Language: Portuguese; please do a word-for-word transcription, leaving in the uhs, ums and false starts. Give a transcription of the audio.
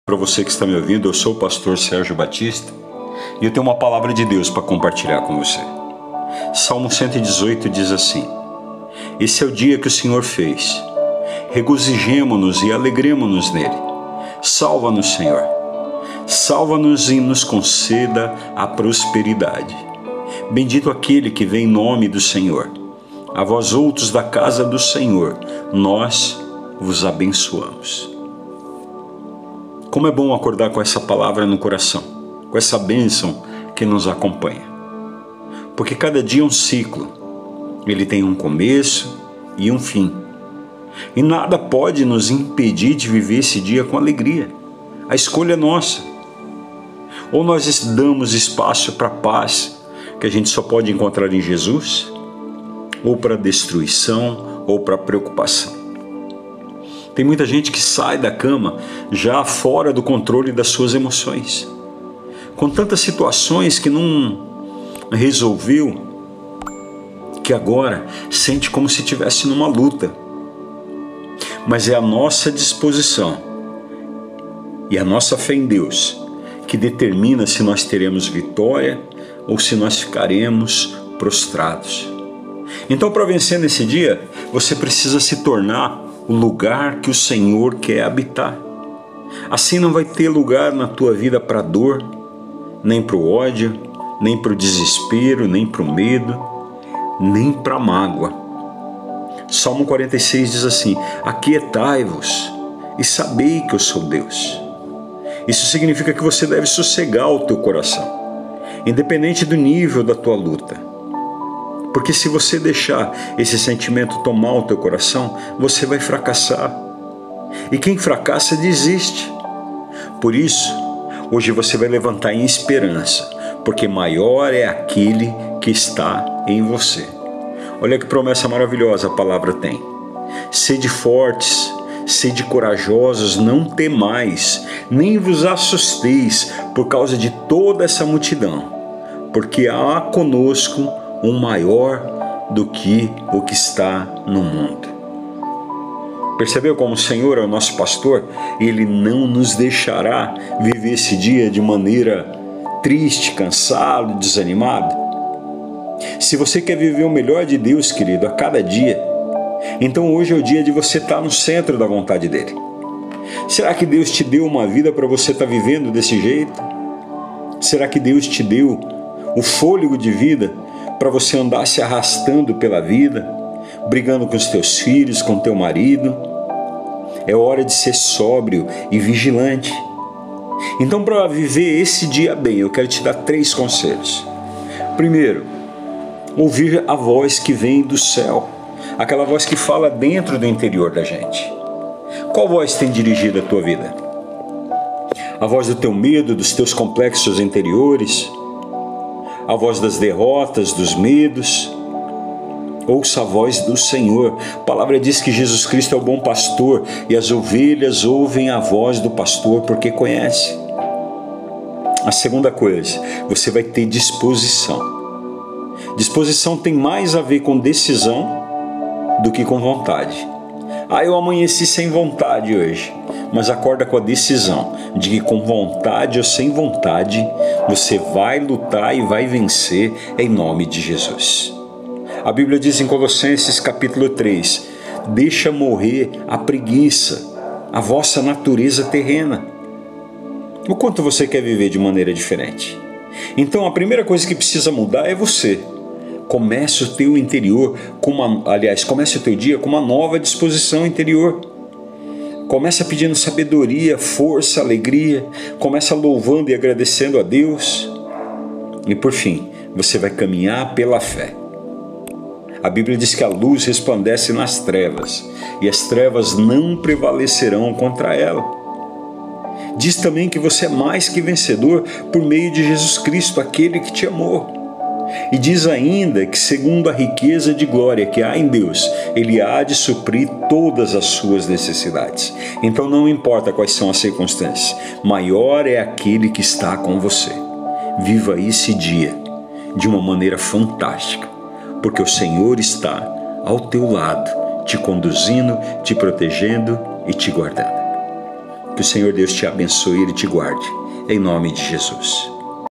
Para você que está me ouvindo, eu sou o pastor Sérgio Batista e eu tenho uma palavra de Deus para compartilhar com você. Salmo cento e dezoito diz assim: Esse é o dia que o Senhor fez. Regozijemo-nos e alegremo-nos nele. Salva-nos, Senhor. Salva-nos e nos conceda a prosperidade. Bendito aquele que vem em nome do Senhor. A vós outros da casa do Senhor, nós vos abençoamos. Como é bom acordar com essa palavra no coração, com essa bênção que nos acompanha. Porque cada dia é um ciclo, ele tem um começo e um fim. E nada pode nos impedir de viver esse dia com alegria. A escolha é nossa. Ou nós damos espaço para a paz, que a gente só pode encontrar em Jesus, ou para a destruição, ou para a preocupação. Tem muita gente que sai da cama já fora do controle das suas emoções, com tantas situações que não resolveu, que agora sente como se estivesse numa luta. Mas é a nossa disposição e a nossa fé em Deus que determina se nós teremos vitória ou se nós ficaremos prostrados. Então, para vencer nesse dia, você precisa se tornar o lugar que o Senhor quer habitar. Assim não vai ter lugar na tua vida para dor, nem para o ódio, nem para o desespero, nem para o medo, nem para a mágoa. Salmo quarenta e seis diz assim: Aquietai-vos e sabei que eu sou Deus. Isso significa que você deve sossegar o teu coração, independente do nível da tua luta. Porque se você deixar esse sentimento tomar o teu coração, você vai fracassar. E quem fracassa desiste. Por isso, hoje você vai levantar em esperança, porque maior é aquele que está em você. Olha que promessa maravilhosa a palavra tem. Sede fortes, sede corajosos, não temais, nem vos assusteis por causa de toda essa multidão, porque há conosco um maior do que o que está no mundo. Percebeu como o Senhor é o nosso pastor? Ele não nos deixará viver esse dia de maneira triste, cansado, desanimado. Se você quer viver o melhor de Deus, querido, a cada dia, então hoje é o dia de você estar no centro da vontade dele. Será que Deus te deu uma vida para você estar vivendo desse jeito? Será que Deus te deu o fôlego de vida para você andar se arrastando pela vida, brigando com os teus filhos, com teu marido? É hora de ser sóbrio e vigilante. Então, para viver esse dia bem, eu quero te dar três conselhos. Primeiro, ouvir a voz que vem do céu, aquela voz que fala dentro do interior da gente. Qual voz tem dirigido a tua vida? A voz do teu medo, dos teus complexos interiores? A voz das derrotas, dos medos? Ouça a voz do Senhor. A palavra diz que Jesus Cristo é o bom pastor e as ovelhas ouvem a voz do pastor porque conhece. A segunda coisa, você vai ter disposição. Disposição tem mais a ver com decisão do que com vontade. Ah, eu amanheci sem vontade hoje, mas acorda com a decisão de que com vontade ou sem vontade, você vai lutar e vai vencer em nome de Jesus. A Bíblia diz em Colossenses capítulo três, deixa morrer a preguiça, a vossa natureza terrena. O quanto você quer viver de maneira diferente? Então a primeira coisa que precisa mudar é você. Comece o teu interior, com uma, aliás, comece o teu dia com uma nova disposição interior. Começa pedindo sabedoria, força, alegria. Começa louvando e agradecendo a Deus. E por fim, você vai caminhar pela fé. A Bíblia diz que a luz resplandece nas trevas, e as trevas não prevalecerão contra ela. Diz também que você é mais que vencedor por meio de Jesus Cristo, aquele que te amou. E diz ainda que segundo a riqueza de glória que há em Deus, Ele há de suprir todas as suas necessidades. Então não importa quais são as circunstâncias, maior é aquele que está com você. Viva esse dia de uma maneira fantástica, porque o Senhor está ao teu lado, te conduzindo, te protegendo e te guardando. Que o Senhor Deus te abençoe e te guarde. Em nome de Jesus.